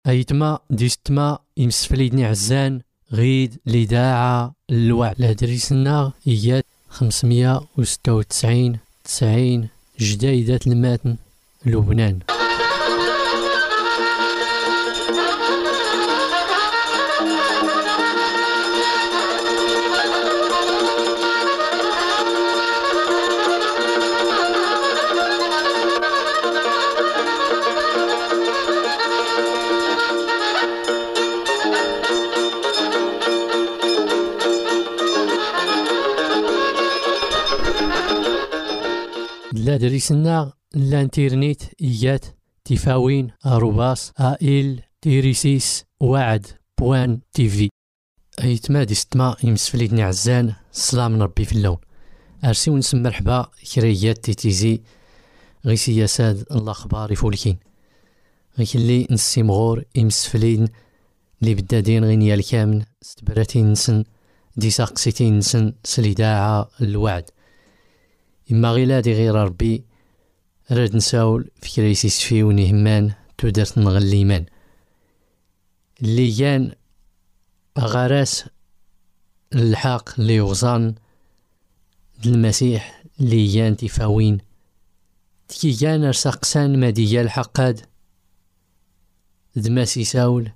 أيتما ديستما يمسفليدني عزان غيد الإذاعة الوعد لدريسنا إيات 596 90 جديدة الماتن لبنان. لا دريسنا الانترنت إيات تفاوين أروباس آئل تيريسيس وعد بوان تيفي. أيتما ديستما يمسفليدني عزان السلام ربي في اللون أرسي ونسم مرحبا كريات تيتيزي غي سياسات الأخبار فولكين غي اللي نسي مغور يمسفليدن اللي بدادين غينيا الكامن ستبراتين نسن دي ساقسيتين نسن سليداعة الوعد إما غيلا دي غير ربي راد نساول في كريسيس فيوني همان تودرت نغليمان اللي كان غراس الحق اللي يغزان المسيح اللي كان تفاوين تكي كان رساقسان مادية الحقاد دماسي ساول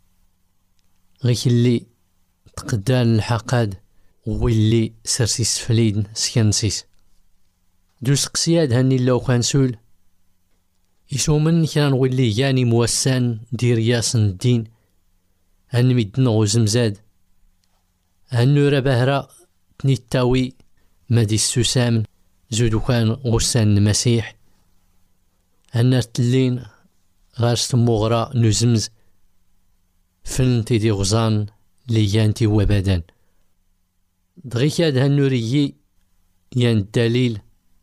غيك اللي تقدان الحقاد واللي سرسيس فليدن سكنسيس دوس قسياد هاني لو كان سول يسومن كان واللي يعني موسان دير ياسن الدين هن مدن غزمزاد هنو ربهرا تنيتاوي مادي السوسامن زودو كان غسان المسيح هن رتلين غارست مغرا نزمز فلنتي دي غزان ليانتي وبدان دغيكاد هنو ريي يان الدليل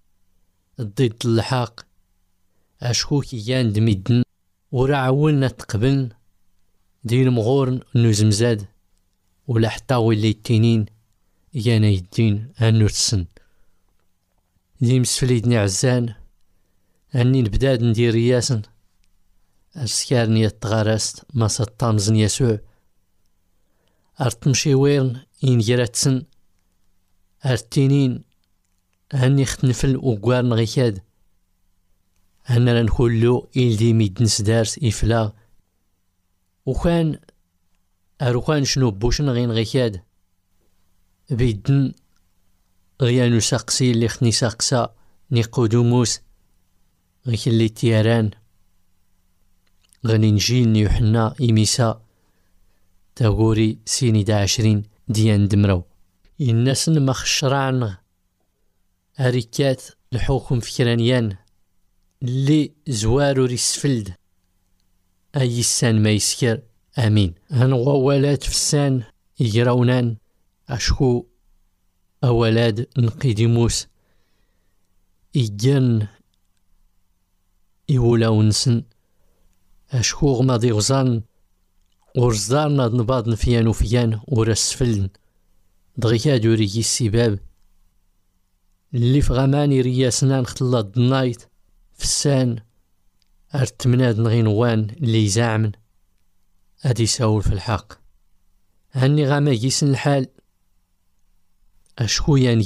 ضد الحق أشكوك يان دميدن ورا عاولنا تقبلن دين مغورن نزمزاد ولا حتى ولي التنين يانا يدين هنو تسن دي مسفليدني عزان هني نبداد ندير ياسن أسكارني التغارست ما سطامزن يسوع أرتمشي ويرن ينجراتسن أرتينين هني ختنفل وقوارن غيكاد هنا نقولو إلدي ميدن سدارس إفلاغ وكان أروكان شنو بوشن غين غيكاد بيدن غيانو ساقسي اللي خني ساقسا نيقودوموس غيك اللي تياران غني نجيل نيوحنا إميسا تاغوري سيني 20 ديان دمرو الناسن مخشران هاريكات الحكم فكرانيان اللي زوارو ريسفلد أي السان ما يسكر آمين هنغوالات في السان يجراونان أشكو أولاد نقيديموس إيجان إيولاو نسن أشكو غماضي غزان ورزدارنا نباض نفيان وفيان ورسفلن دغيا دوريكي السباب اللي في غماني رياسنا نختلط دنايت في السان ارتمناد نغينوان اللي يزعمن ادي ساول في الحق هني غاما يسن الحال اشكو يان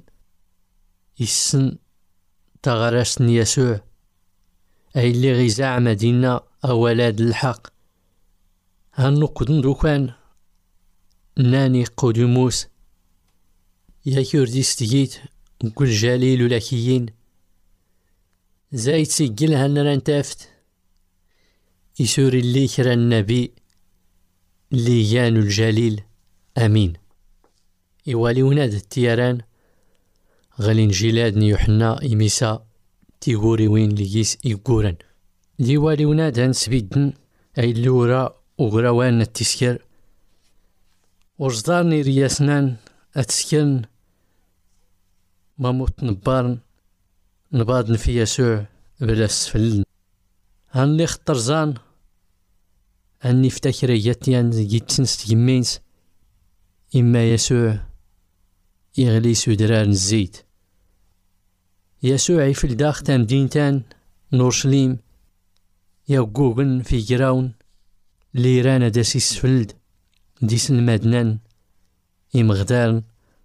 يسن تغرسن يسوع اي اللي غيزعم دينا اولاد الحق هنقدن دوكان ناني قدوموس يا كرديستيت نقول جليل ولاكيين زايد سجلها نرانتافت يسور اللي كرا النبي اللي يانو الجليل امين يوالي وناد التيران غالي نجيلاد نيوحنا إميسا تيغوري وين ليس يقورن ديوالي وناد هنسبيدن اي اللورا وغراوان التسكر ورزدارني رياسنان اتسكن ماموت نبارن نبادن في يسوع بلا سفلن هنلي خطرزان هني فتاكر ياتيان يتسنس تيمينس إما يسوع يغلي سودرار الزيت يسوع في الداخل تام دينتان نورشليم يوقوغن في جراون ليران داسي السفلد ديس المدنان إمغدارن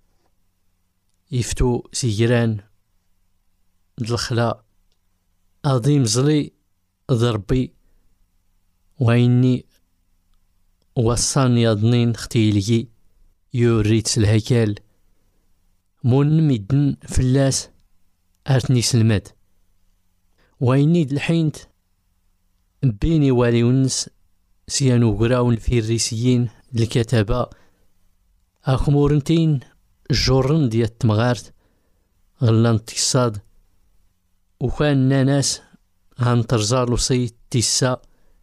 يفتو سيجران دالخلا أضيم زلي ضربي وإني وصاني أضنين ختيلي يوريت الهيكل مون ميدن فلاس أرتني سلمات وإني دالحينت بيني والي ونس سيانو قراون في الريسيين الكتابة أخمورنتين جورن ديال التمغارت غلان تصاد وكان ناس عن ترزار لصي تيسا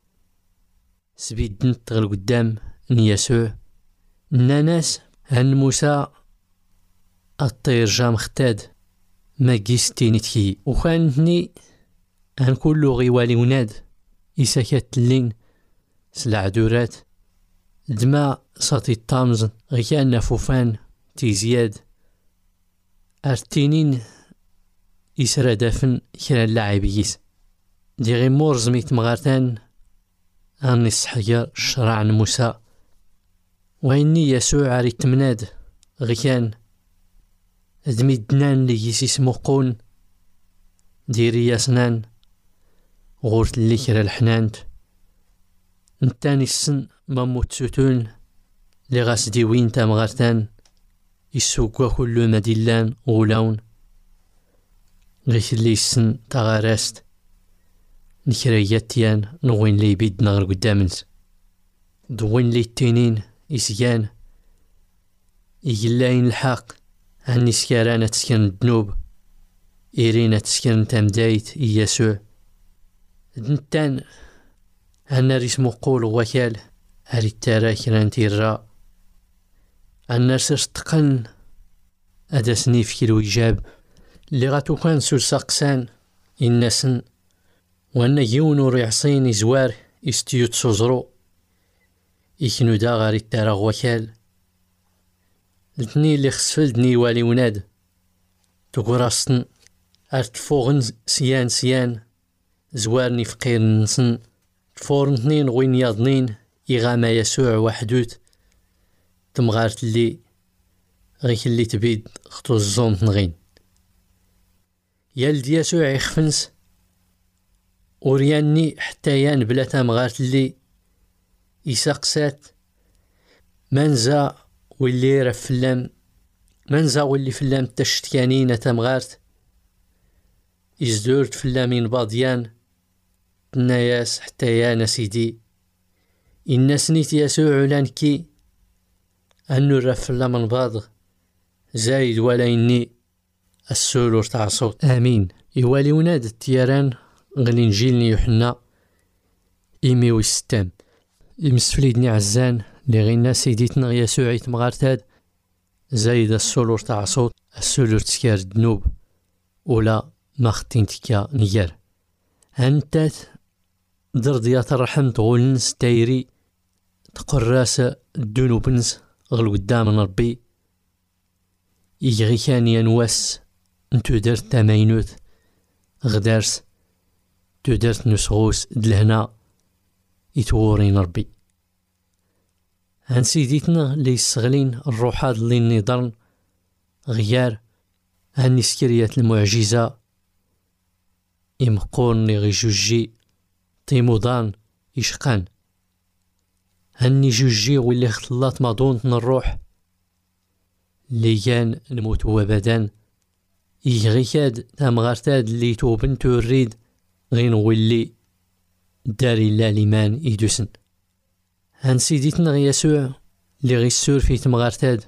سبيدن تغل قدام نيسوع ناس هن موسى الطير جام ختاد ما جيستيني تكي وكانتني هن كلو غيوالي وناد إساكات اللين سلع دورات دما ساطي الطامز غيان نافوفان تيزياد أرتينين إسرا دافن كرا اللاعبيس دي غي مورز ميت مغارتان أني الصحية شرع موسى وإني يسوع عري تمناد غيان دمي دنان لي يسيسمو قون ديري ياسنان غورت اللي كرا الحنانت نتاني السن ماموت سوتون لي غاس ديوين تا مغارتان يسوقوا كل مدلان غولاون غيش اللي السن تغارست نكرياتيان نوين لي بيد نغر قدامنس دوين لي التنين إسيان إجلاين الحق هني سكارانة تسكن الذنوب إيرينا تسكن تمدايت إياسوع دنتان هنا رسمو قول وكال هاري التاراك رانتي الراء الناس تقن أدسني في كيلو إيجاب اللي غاتو كان سقسان الناسن وأن يونو ريعصين إزوار إستيوت سوزرو إكنو دا غاري التاراغ وكال لتني اللي خسفلدني والي وناد تقراصن أرتفوغن سيان زوارني فقير نسن فورنتنين غوين ياضنين إغاما يسوع وحدوت تمغارت اللي غيك اللي تبيد خطو الزوم تنغين يالد يسوع يخفنس ورياني حتى يان بلا تمغارت اللي يساقسات منزا واللي رفلام منزا واللي فلام تشتكانين تمغارت إزدورت فلامين باضيان الناس حتى يا سيدي الناس نيت يسوع لانكي أنو الرفلا من بعض زايد ولا إني السرور تاع صوت آمين يوالي وناد التيران غلي نجيلني يوحنا إيمي ويستام يمسفليدني عزان لغينا سيديتنا يسوع يتمغارتاد زايد السرور تاع صوت السرور تسكار الذنوب ولا ما ختين تكا نيار هانتات درديات الرحم تغولنس تايري تقراس الذنوبنس غل قدام ربي يجري كان ينواس انتو درت تماينوت غدارس تو درت نسغوس دلهنا يتورين ربي هان سيديتنا اللي يستغلين الروحات اللي نضرن غيار هان نسكريات المعجزة يمقورني غي جوجي تيمودان يشقان هني جوجي واللي اختلاط مضونتنا الروح اللي كان نموت هو بدن يغي كاد تامغارتاد اللي توبن توريد غين واللي داري لا ليمان يدوسن هان سيديتنا غي يسوع اللي غي السور في تمغارتاد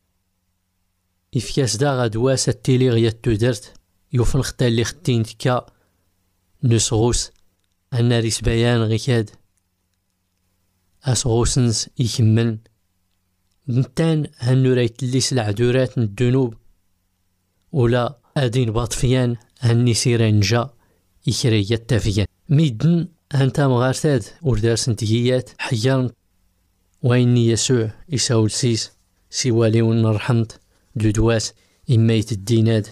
يفكاس دا غدواس التيلي غي تودرت يوفن ختا اللي ختين تكا نسغوس أنا ريس بيان غيكاد أسغوسنس يكمل نتان هنو رايت اللي سلع دورات الذنوب ولا أدين باطفيان هني سيران جا يكريات تافيان ميدن هانتا مغارتاد وردارس نتيجيات حيارن ويني يسوع يساول سيس سيوالي ونرحمت دودواس إميت الديناد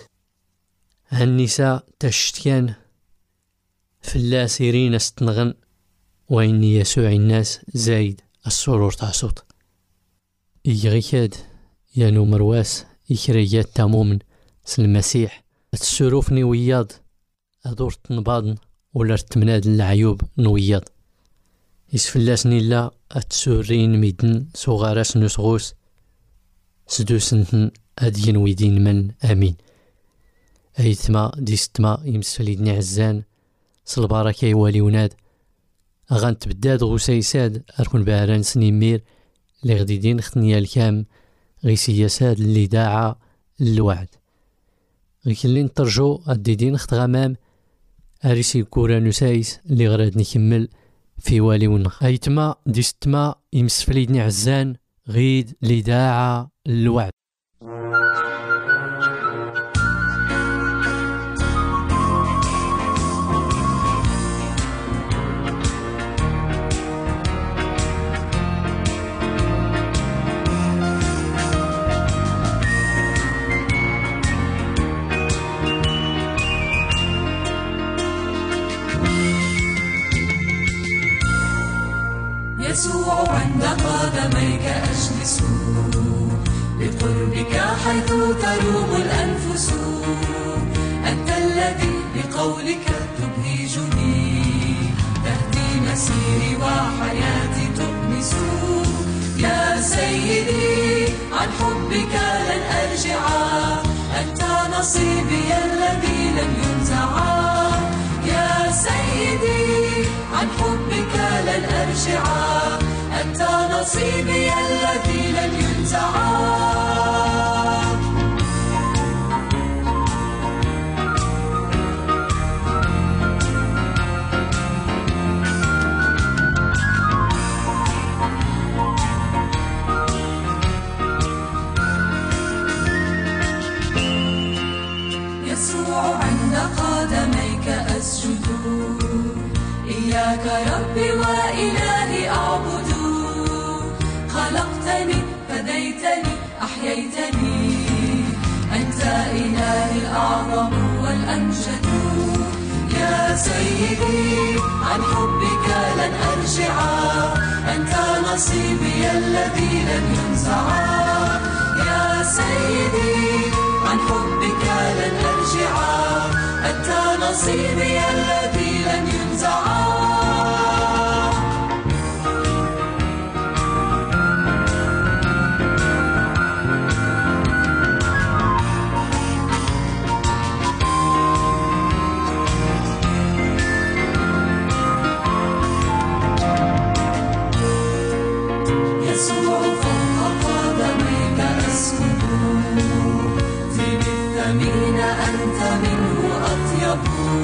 هالنساء تشتكان فلا سيرين استنغن وإني يسوع الناس زايد السرور تعصوت إيغيكاد يانو مرواس إكريات تامومن سلمسيح السروف نوياض أدور تنباضن ولا تمناد العيوب نوياض يسفلاسني لا أتسورين ميدن صغارس نسغوس سدوسنتن أدين ويدين من أمين أيتما ديستما يمسفليدني عزان صلباركا يوالي وناد أغان تبداد غوسيساد أركن باران سنيمير اللي غديدين ختنيا الكام غي سياساد اللي داعا الوعد غي كلين ترجو أديدين خت غمام أريسي كورا نسايس اللي غراد نكمل في والي ونخ أيتما ديستما يمسفليدني عزان غيد اللي داعا الوعد يسوع عند قدميك أجلس بقربك حيث تروم الأنفس أنت الذي بقولك تبهجني تهدي مسيري وحياتي تؤنس يا سيدي عن حبك لن أرجع أنت نصيبي الذي لن ينزع يا سيدي عن حبك لن أرجع أنت نصيبي الذي لن ينزع يسوع عند قدميك أسجد إياك ربي وإلهي أعبد خلقتني فديتني أحييتني أنت إلهي الأعظم والأمجد يا سيدي عن حبك لن أرجع أنت نصيبي الذي لن ينزع يا سيدي عن حبك لن أرجع أنت نصيبي الذي لن ينزع يسوع فوق قدميك أسكن في بالثمين أنت منه أطيب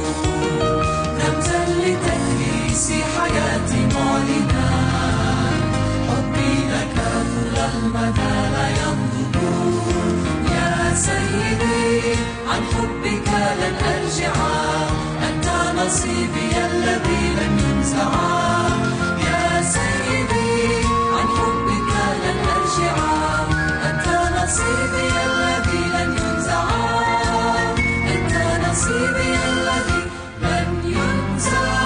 رمزا لتكريس حياتي معلنا حبي لك طول المدى لا ينضب يا سيدي عن حبك لن أرجع أنت نصيبي الذي لن ينزع يا سيدي عن حبك لن أرجع أنت نصيبي الذي لن ينزع أنت نصيبي الذي لن ينزع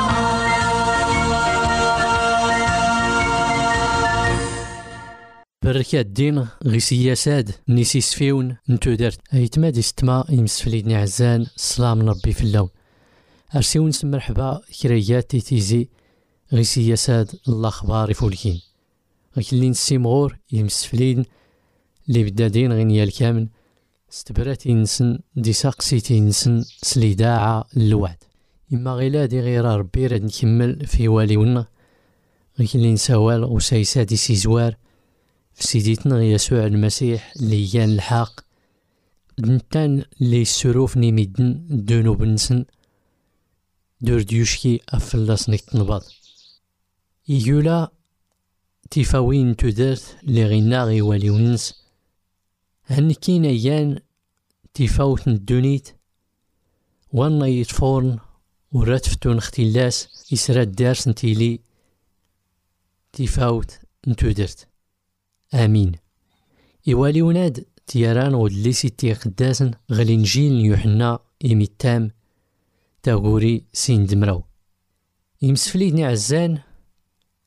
بركة الدين غي سياساد نيسيس فيون نتو درت أيتما ديستما يمسفليدني عزان السلام ربي في اللون أرسيون مرحبا كريات تيزي غي سياساد الله خبار يفولكين غيكلين السيمغور يمسفلين اللي بدادين غنيا الكامل استبرات ينسن دي ساقسيتي ينسن سليداعة الوعد إما غيلادي غير ربي راد نكمل في والي ونا غيكلين سوال وسايسادي سيزوار في سيديتنا يسوع المسيح اللي كان الحق دنتان اللي السروف نيميدن دونو بنسن دور ديوشكي أفلاس نكتنباض إيولا تيفاوين تدرت اللي غينا غيوالي ونس هنكين أيان تيفاوت ندونيت وانا يتفورن وراتفتون اختلاس يسرات دارس نتيلي تيفاوت نتودرت آمين إيوالي وناد تياران ودليسي تيقداسن غالينجيل يوحنا إيميتام تاغوري سين دمراو يمسفليدني عزان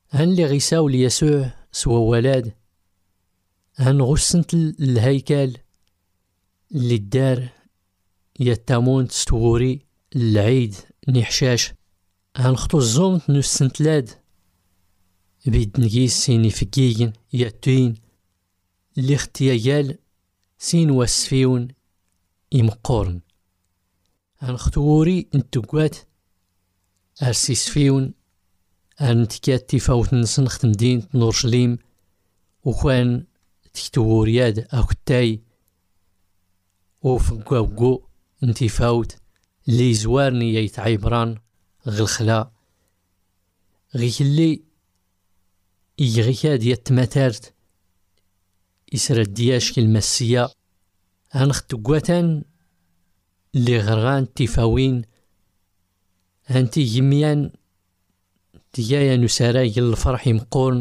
هن اللي غيساو ليسوع سوا ولاد، هن غسنت الهيكل اللي دار يتامون تستوري العيد نحشاش، هن خطو الزوم نسنتلاد بيد نقيس سيني فقيقن ياتوين اللي اختياجال سين واسفيون يمقورن، هن خطوري انتقوات ارسيس فيون انتكات تفاوت نسنخت مدينة نورشليم وكان تكتورياد اكتاي وفقوقو انتفاوت اللي زوارني يتعيبران غالخلا غيك اللي يغيكاد يتماتارت يسرد دياش كالمسية هنختقواتان اللي غرغان تفاوين هانتي يميان تجايا نساراي الفرح يمقورن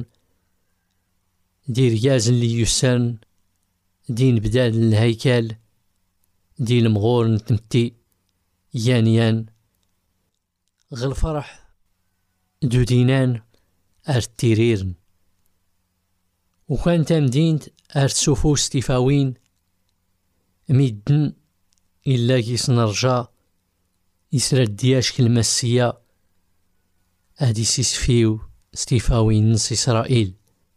دير يازن اللي يسان دين بداد الهيكل دي المغور نتمتي يان غل فرح دو دينان ارتيريرن وكان تمدينت ارتسوفوس تفاوين ميدن إلا كيس نرجع يسرد دياش كالمسية ادي سيسفيو ستيفاوين نس إسرائيل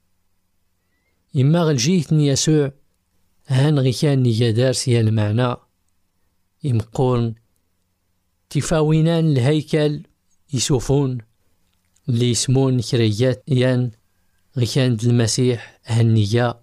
إما غلجيتني يسوع هان غي كان نيادار سيا المعنى يمقورن تفاوينان الهيكل يسوفون اللي يسمون كريات يان غي كان المسيح هنية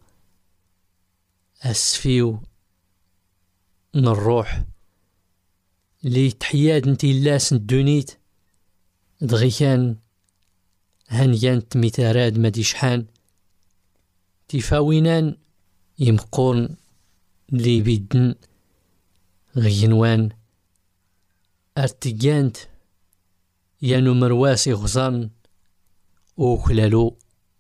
أسفيو من الروح اللي تحياد نتي اللاس الدونيت دغي كان هنيان تميتاراد مادي شحان تفاوينان يمقورن اللي بيدن غينوان ارتقانت يانو مرواسي غزان وكلالو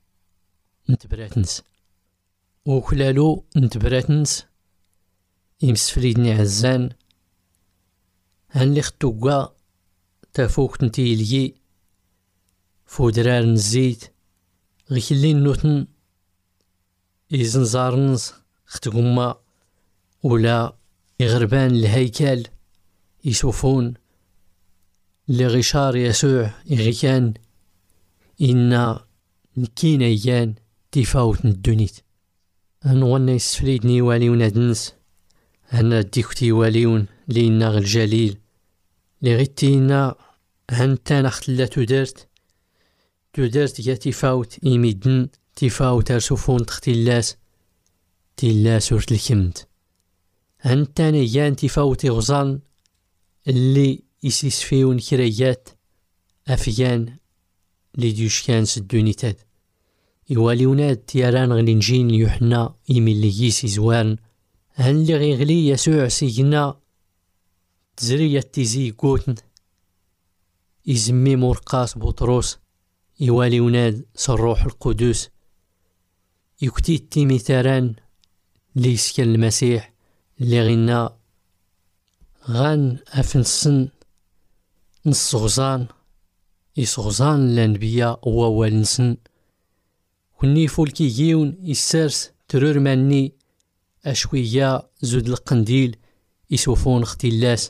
نتبراتنس يمسفليدني عزان هن اللي خطوقا تافوك نتي لي فودرار نزيت غيكلي نوتن يزنزارنز ختقوما ولا يغربان الهيكل يشوفون اللي غيشار يسوع يغيكان إنا نكينا يان تفاوت الدونيت أنوانا يسفليدني واليون أدنس أنا ديكتي واليون لينا غالجليل لغيتينا هنتان أختلا تدرت يا تفاوت إيميدن تفاوت أرسوفون تختلاس تلاس ورت الكمت هنتان يان تفاوت غزان اللي يسيسفيون كريات أفيان لي ديوشكان سدونيتات يواليوناد تياران غلينجين يوحنا يميلي زوان هن اللي غيغلي يسوع سيجنا تزرية تيزي قوتن يزمي مرقاس بطروس يواليوناد صروح القدوس يكتي تيميتاران اللي يسكن المسيح اللي غينا غان أفنسن نص غزان يصغزان الأنبياء ووالنسن كني فولكي جيون يسارس ترور ماني أشوية زود القنديل يسوفون اختلاس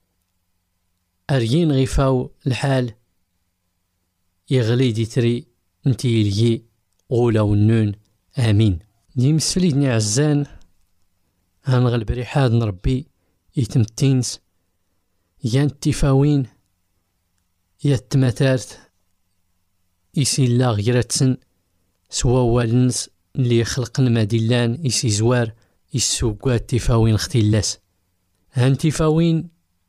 أريين غيفاو الحال يغلي ديتري نتي لي غولا والنون آمين. يمسفليدني عزان هنغلب ريحاد نربي يتمتينس يان التفاوين يتمتارت يسيلا غيرتسن سوا والنس اللي يخلقن ماديلان يسي زوار يسوقات تفاوين اختلاس هان تفاوين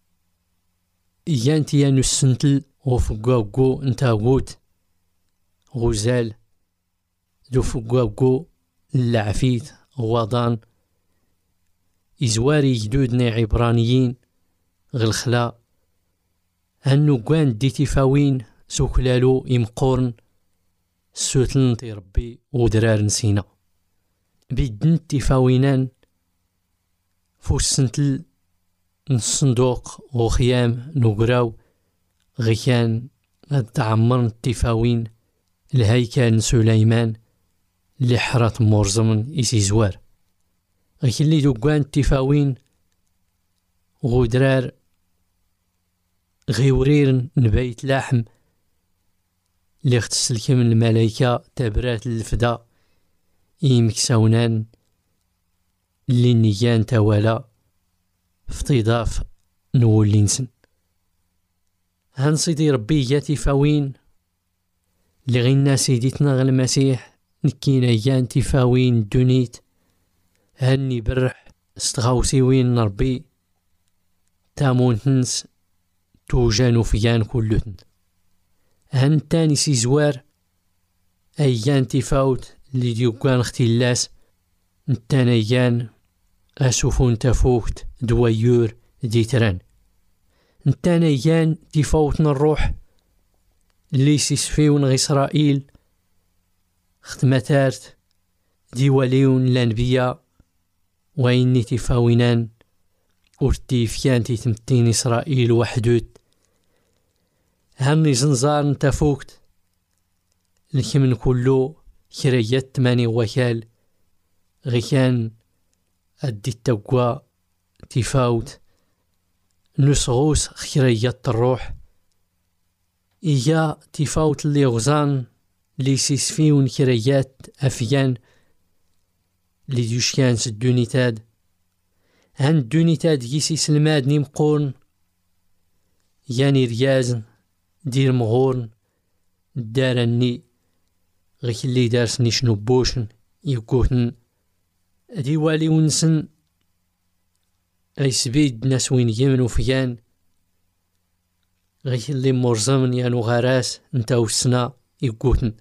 يان تيانو السنتل وفقاقو انتاغوت غزال دو فقاقو اللعفيت غوضان إزواري جدودنا عبرانيين غالخلا هنو قوان دي تفاوين سوكلالو يمقورن سوتلن تي ربي ودرار نسينا بيدن تفاوينان فوش سنتل نصندوق وخيام نقراو غيان غد تعمرن التفاوين الهيكل سليمان اللي حرات مرزمن إسي زوار غيكن لي دوكان تفاوين غدرار غيوريرن نبيت لاحم اللي اختسلك من الملايكة تبرات الفدا إيمكساونان اللي نيان تاوالا افتضاف نولي نسن هنصيدي ربي جاتي فاوين اللي غينا سيديتنا غير المسيح نكينا يان تفاوين دونيت هاني برح استغاوسي وين ربي تامون تنس توجانو فيان كلهن هن تاني سي زوار ايان تفاوت اللي ديوكان اختلاس نتانيان اسوفون تفوت دوايور ديتران نتانيان تفاوتنا الروح اللي سيسفيون غي اسرائيل ختمتارت ديواليون الانبياء وإني تفاوينان ورتيفيان تمتين إسرائيل وحدود هاني زنزار نتفوكت لكمن كلو كريات ماني وكال غيكان أدي التقوى تفاوت نسغوس خيريات الروح إيا تفاوت اللي غزان لي سيسفيون كريات أفيان لي ديوشكان سدونيتاد هان دونيتاد يسي سلماد نيمقورن ياني ريازن دير مغورن دارني غيك اللي دارسني شنو بوشن يقوتن دي والي ونسن اي سبيد ناس وين يمنو فيان غيك اللي مرزمن يانو غراس نتاو السنا يقوتن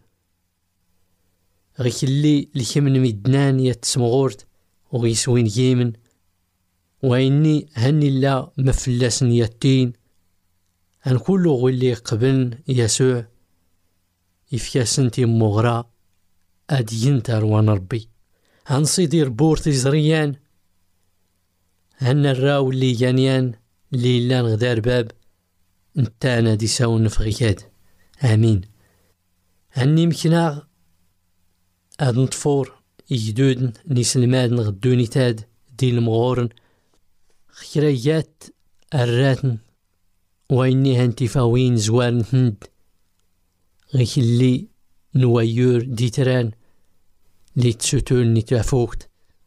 غيك اللي لكمن مدنان يتسمغورت وغيسوين يمن وإني هني لا مفلسن يتين هن كله غولي قبل يسوع يفياسنتي مغرا أدين تروان ربي هن صيدير بورتي زريان هن الراو اللي جانيان اللي لان غدار باب انتانا دي ساون نفغيكاد آمين هني مكنا هاد نطفور يجدودن نيسلماد نغدوني تاد دي المغورن خيريات الراتن وإني هانتفاوين زوارن هند غيك اللي نوايور ديتران لي تسوتول نتافوكت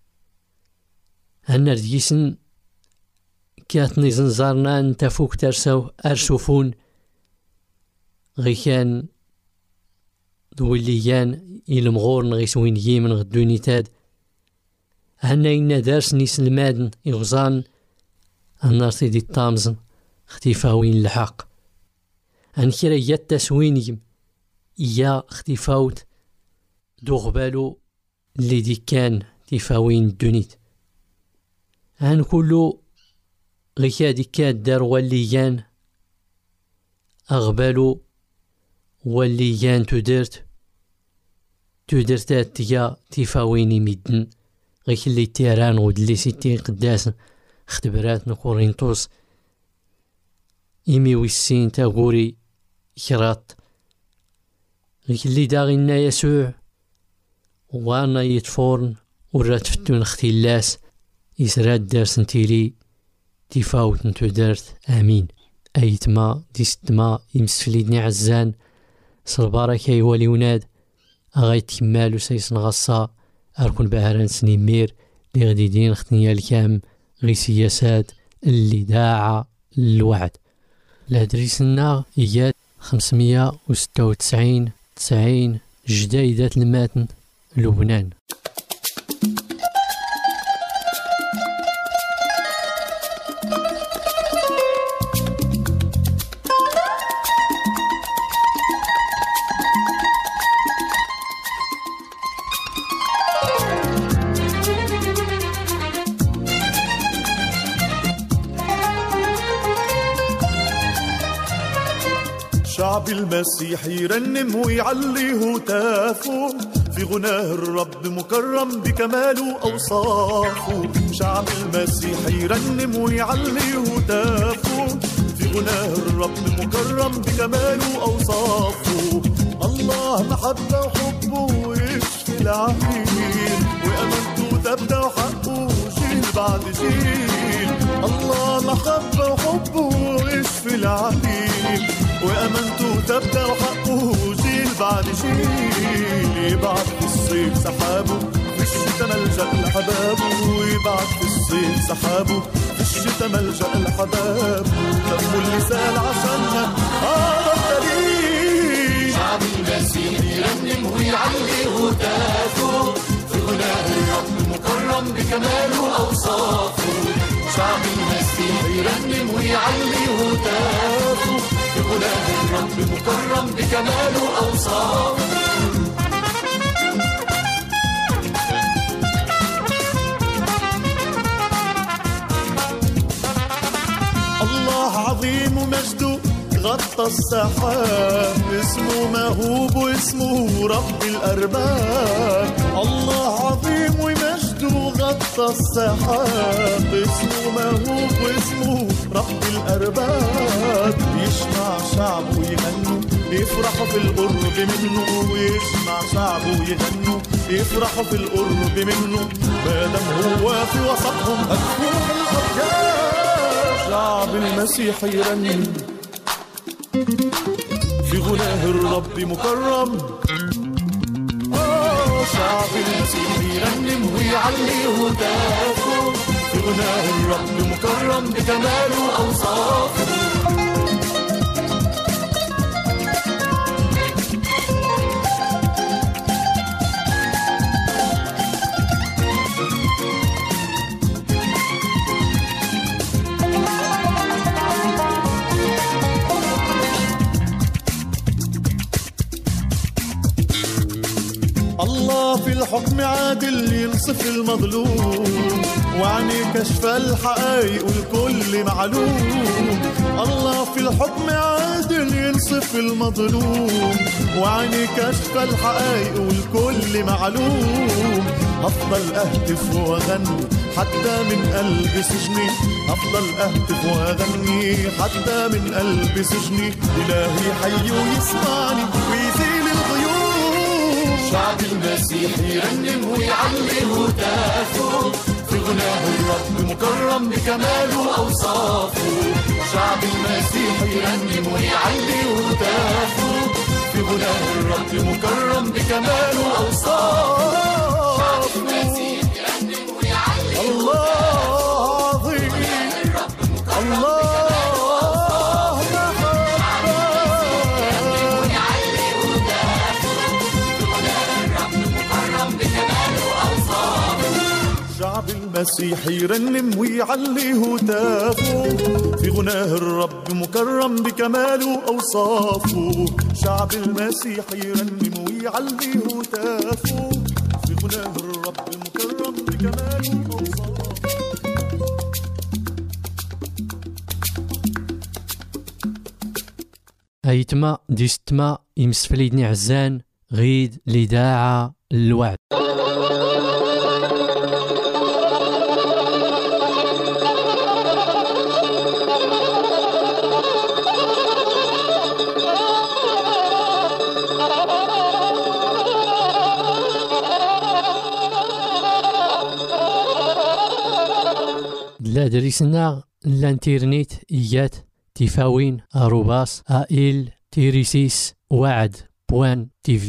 هنر ديسن كاتني زنزارنا نتافوك ترسو أرسوفون غيكان دوليان المغورن غيسوين يمن غدوني تاد هنا إنا دارس نيسلمادن يغزان النار تيدي الطامزن اختفاوين الحق هن كريات تسوينيم إيا اختفاوت دوغبالو اللي دي كان تفاوين الدونيت هن كلو غيكا ديكات دار والليان أغبالو والليان تدرتات تيا تفاويني مدن غيك اللي تيران ودلي ستين قداس اختبرات نكورينتوس إيمي ويسين تاغوري كرات غيك اللي داغينا يسوع وانا يتفورن ورات فتون اختلاس يسراد دارس نتيلي تفاوت نتو دارت آمين أيتما ديستما يمسفليدني عزان صلبارك يوالي وناد أغايت كمالو سيسن غصا أركن بهران سنيمير لي غدي دين اختنيا الكام غي سياسات اللي داعة للوعد لادريسنا إياد 596 90 جدايدات الماتن لبنان. شعب المسيح يرنم ويعلي هتافه في غناه الرب مكرم بكماله أوصافه. شعب المسيح يرنم ويعلي هتافه في غناه الرب مكرم بكماله أوصافه. الله محبة وحبه يشفي العليل، وأمانته تبدأ وحقه جيل بعد جيل. الله محبة وحبه يشفي العليل، وأمانته تبدأ وحقه جيل بعد جيل. يبعث في الصيف سحابه، في الشتا ملجأ لحبابه. يبعث في الصيف سحابه، في الشتا ملجأ لحبابه. دمه اللي سال عشاننا هذا الدليل. شعب المسيح يرنم ويعلي هتافه، في غناء الرب مكرم بكماله أوصافه. شعب المسيح يرنم ويعلي هتافه، في غناء الرب مكرم بكماله أوصافه. الله عظيم ومجده غطى السحاب، اسمه مهوب واسمه رب الأرباب. الله عظيم ومجده غطى السحاب، اسمه مهوب واسمه رب الأرباب. يجمع شعبه يغنوا يفرحوا في القرب منه، ويجمع شعبه يغنوا يفرحوا في القرب منه. ما دام هو في وسطهم هتفوح الأبيات. شعب المسيح يرنم في غناه الرب مكرم. شعب المسيح يرنم ويعلي هتافه، في غناه الرب مكرم بكماله أوصافه. الله في الحكم عادل ينصف المظلوم، وعني كشف الحقائق والكل معلوم. الله في الحكم عادل ينصف المظلوم، وعني كشف الحقائق والكل معلوم. أفضل أهتف وأغني حتى من قلب سجني، أفضل أهتف وأغني حتى من قلب سجني. إلهي حي ويسمعني ويزيل الغيوم. شعب المسيح يرنم ويعلي هتافه، في غناه الرب مكرم بكماله أوصافه. شعب المسيح يرنم ويعلي هتافه، في غناه الرب مكرم بكماله أوصافه. شعب المسيح يرنم ويعلي الله عظيم، الله شعب المسيح يرنم ويعلي هتافه، في غناه الرب مكرم بكماله أوصافه. شعب المسيح يرنم ويعلي هتافه، في غناه الرب مكرم بكماله أوصافه. أيتما ديستما يمسفليدني عزان غيد لداعة الوعد. لا دريسنا الانترنت إيات تفاوين @AIL-وعد.TV